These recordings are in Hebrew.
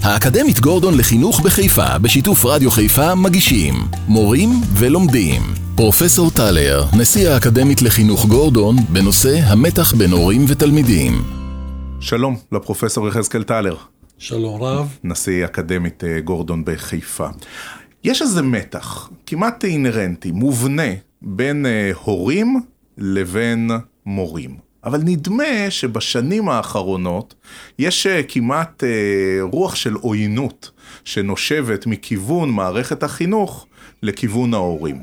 האקדמית גורדון לחינוך בחיפה בשיתוף רדיו חיפה מגישים מורים ולומדים. פרופסור טלר, נשיא האקדמית לחינוך גורדון, בנושא המתח בין הורים ותלמידים. שלום לפרופסור יחזקאל טלר. שלום רב. נשיא אקדמית גורדון בחיפה. יש איזה מתח, כמעט אינרנטי, מובנה, בין הורים לבין מורים. אבל נדמה שבשנים האחרונות יש כמעט רוח של עוינות שנושבת מכיוון מערכת החינוך לכיוון ההורים.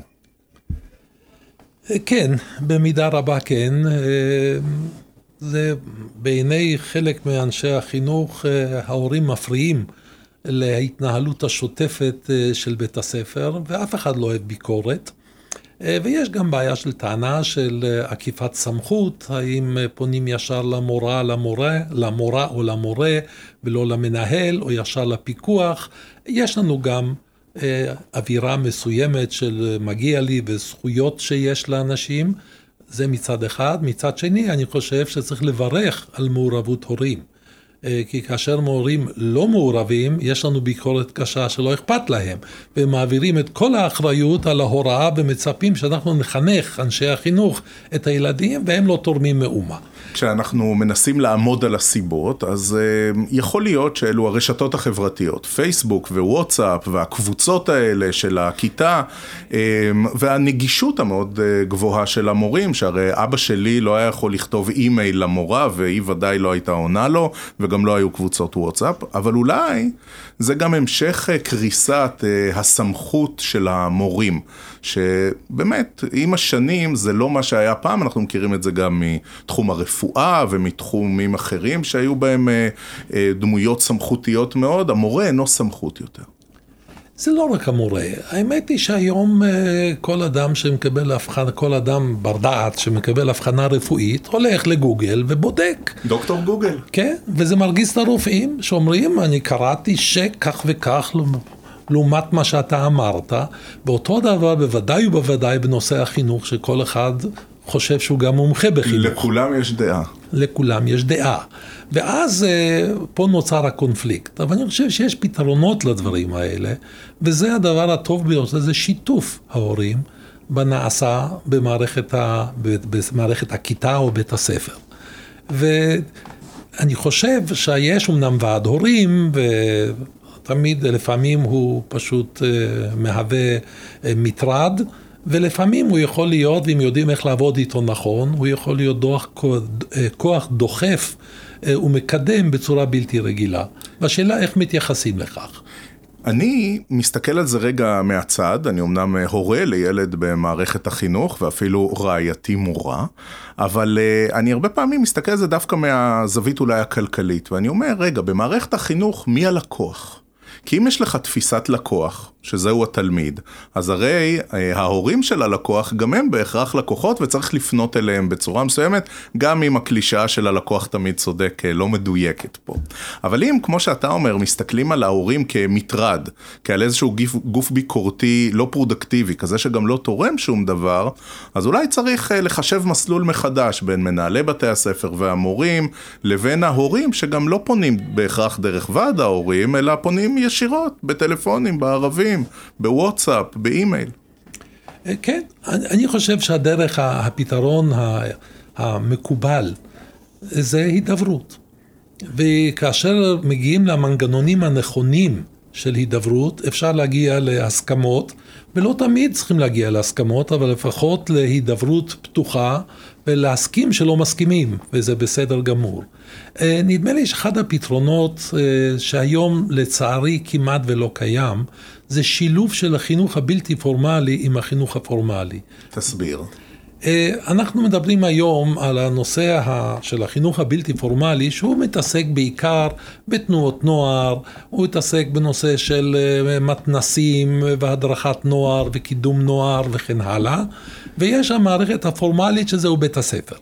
כן, במידה רבה כן. זה בעיני חלק מאנשי החינוך, ההורים מפריעים להתנהלות השוטפת של בית הספר, ואף אחד לא אוהב ביקורת. ויש גם בעיה של טענה של עקיפת סמכות, האם פונים ישר למורה או למורה, ולא למנהל או ישר לפיקוח. יש לנו גם אווירה מסוימת של מגיע לי וזכויות שיש לאנשים, זה מצד אחד. מצד שני, אני חושב שצריך לברך על מעורבות הורים. כי כאשר מורים לא מעורבים, יש לנו ביקורת קשה שלא אכפת להם, ומעבירים את כל האחריות על ההוראה ומצפים שאנחנו נחנך, אנשי החינוך, את הילדים, והם לא תורמים מאומה. כשאנחנו מנסים לעמוד על הסיבות, אז יכול להיות שאלו הרשתות החברתיות, פייסבוק ווואטסאפ והקבוצות האלה של הכיתה, והנגישות המאוד גבוהה של המורים, שהרי אבא שלי לא היה יכול לכתוב אימייל למורה, והיא ודאי לא הייתה עונה לו, וגם לא היו קבוצות וואטסאפ, אבל אולי זה גם המשך קריסת הסמכות של המורים, שבאמת עם השנים זה לא מה שהיה פעם, אנחנו מכירים את זה גם מתחום הרפואה ומתחומים אחרים שהיו בהם דמויות סמכותיות מאוד, המורה אינו סמכות יותר. זה לא רק המורה, האמת היא שהיום כל אדם שמקבל הבחנה, כל אדם בר דעת שמקבל הבחנה רפואית, הולך לגוגל ובודק. דוקטור גוגל. כן, וזה מרגיז את הרופאים שאומרים, אני קראתי שכך וכך לעומת מה שאתה אמרת, באותו דבר בוודאי ובוודאי בנושא החינוך שכל אחד חושב שהוא גם מומחה בחינוך. לכולם יש דעה. לכולם יש דעה. ואז פה נוצר הקונפליקט. אבל אני חושב שיש פתרונות לדברים האלה, וזה הדבר הטוב ביותר, זה שיתוף ההורים בנעשה במערכת הכיתה או בית הספר. ואני חושב שיש אמנם ועד הורים, ותמיד לפעמים הוא פשוט מהווה מטרד, ולפעמים הוא יכול להיות, ואם יודעים איך לעבוד איתו נכון, הוא יכול להיות כוח דוחף ומקדם בצורה בלתי רגילה. והשאלה איך מתייחסים לכך. אני מסתכל על זה רגע מהצד, אני אמנם הורה לילד במערכת החינוך, ואפילו רעייתי מורה, אבל אני הרבה פעמים מסתכל על זה דווקא מהזווית אולי הכלכלית, ואני אומר, רגע, במערכת החינוך מי הלקוח? כי אם יש לך תפיסת לקוח, שזהו התלמיד, אז הרי ההורים של הלקוח גם הם בהכרח לקוחות, וצריך לפנות אליהם בצורה מסוימת, גם אם הקלישאה של הלקוח תמיד צודק, לא מדויקת פה. אבל אם, כמו שאתה אומר, מסתכלים על ההורים כמטרד, כעל איזשהו גוף ביקורתי לא פרודקטיבי, כזה שגם לא תורם שום דבר, אז אולי צריך לחשב מסלול מחדש בין מנהלי בתי הספר והמורים, לבין ההורים שגם לא פונים בהכרח דרך ועד ההורים, אלא פונים ישירות, בטלפונים, בערבים, בוואטסאפ, באימייל. כן, אני חושב שהדרך הפתרון המקובל זה הידברות. וכאשר מגיעים למנגנונים הנכונים של הידברות, אפשר להגיע להסכמות, ולא תמיד צריכים להגיע להסכמות, אבל לפחות להידברות פתוחה, ולהסכים שלא מסכימים, וזה בסדר גמור. נדמה לי שאחד הפתרונות שהיום לצערי כמעט ולא קיים, זה שילוב של החינוך הבלתי פורמלי עם החינוך הפורמלי. תסביר. אנחנו מדברים היום על הנושא של החינוך הבלתי פורמלי, שהוא מתעסק בעיקר בתנועות נוער, הוא מתעסק בנושא של מתנסים והדרכת נוער וקידום נוער וכן הלאה, ויש המערכת הפורמלית שזהו בית הספר.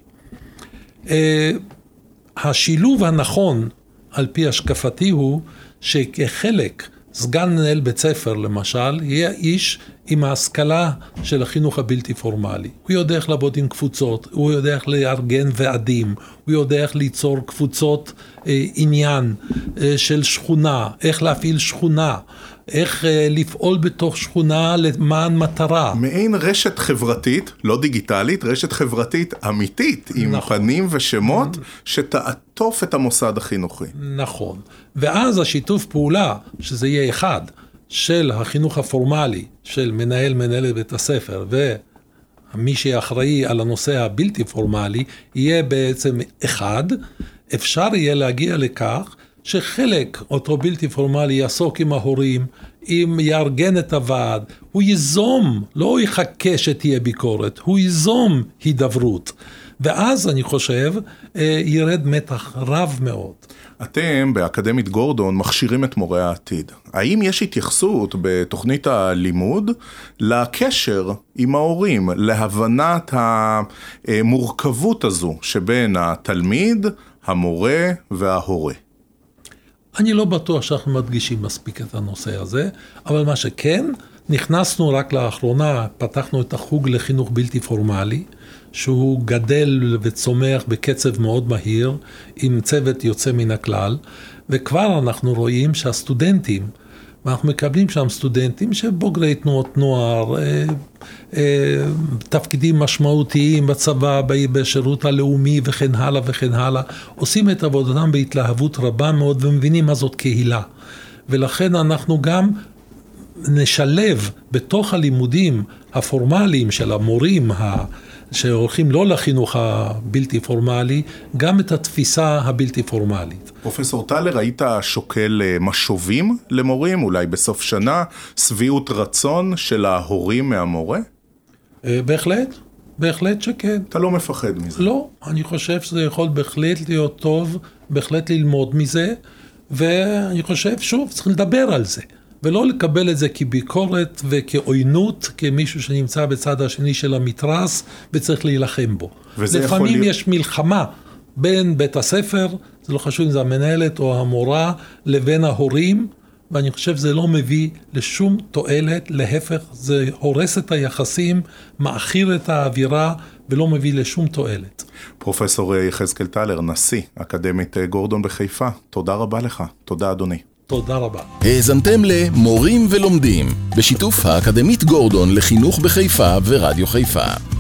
השילוב הנכון על פי השקפתי הוא שכחלק סגן מנהל בית ספר למשל, יהיה איש עם ההשכלה של החינוך הבלתי פורמלי. הוא יודע איך לעבוד עם קבוצות, הוא יודע איך לארגן ועדים, הוא יודע איך ליצור קבוצות עניין של שכונה, איך להפעיל שכונה, איך לפעול בתוך שכונה למען מטרה. מעין רשת חברתית, לא דיגיטלית, רשת חברתית אמיתית, עם נכון. פנים ושמות, שתעטוף את המוסד החינוכי. נכון. ואז השיתוף פעולה, שזה יהיה אחד, של החינוך הפורמלי, של מנהלת בית הספר, ומי שאחראי על הנושא הבלתי פורמלי, יהיה בעצם אחד, אפשר יהיה להגיע לכך, שחלק אותו בלתי פורמלי יעסוק עם ההורים, אם יארגן את הוועד, הוא ייזום, לא יחכה שתהיה ביקורת, הוא ייזום הידברות. ואז אני חושב, ירד מתח רב מאוד. אתם באקדמית גורדון מכשירים את מורי העתיד. האם יש התייחסות בתוכנית הלימוד לקשר עם ההורים, להבנת המורכבות הזו שבין התלמיד, המורה וההורה? אני לא בטוח שאנחנו מדגישים מספיק את הנושא הזה, אבל מה שכן, נכנסנו רק לאחרונה, פתחנו את החוג לחינוך בלתי פורמלי, שהוא גדל וצומח בקצב מאוד מהיר, עם צוות יוצא מן הכלל, וכבר אנחנו רואים שהסטודנטים, ואנחנו מקבלים שם סטודנטים שבוגרי תנועות נוער, תפקידים משמעותיים בצבא, בשירות הלאומי וכן הלאה וכן הלאה, עושים את עבודתם בהתלהבות רבה מאוד ומבינים מה זאת קהילה. ולכן אנחנו גם נשלב בתוך הלימודים הפורמליים של המורים שהולכים לא לחינוך הבלתי פורמלי, גם את התפיסה הבלתי פורמלית. פרופסור טלר, היית שוקל משובים למורים, אולי בסוף שנה, שביעות רצון של ההורים מהמורה? בהחלט שכן. אתה לא מפחד מזה? לא, אני חושב שזה יכול בהחלט להיות טוב, בהחלט ללמוד מזה, ואני חושב, שוב, צריך לדבר על זה. ולא לקבל את זה כביקורת וכעוינות, כמישהו שנמצא בצד השני של המתרס וצריך להילחם בו. לפעמים יש מלחמה בין בית הספר, זה לא חשוב אם זה המנהלת או המורה, לבין ההורים, ואני חושב שזה לא מביא לשום תועלת, להפך, זה הורס את היחסים, מאחיר את האווירה ולא מביא לשום תועלת. פרופסור יחזקאל טלר, נשיא אקדמית גורדון בחיפה, תודה רבה לך. תודה אדוני. תודה רבה. האזנתם למורים ולומדים, בשיתוף האקדמית גורדון לחינוך בחיפה ורדיו חיפה.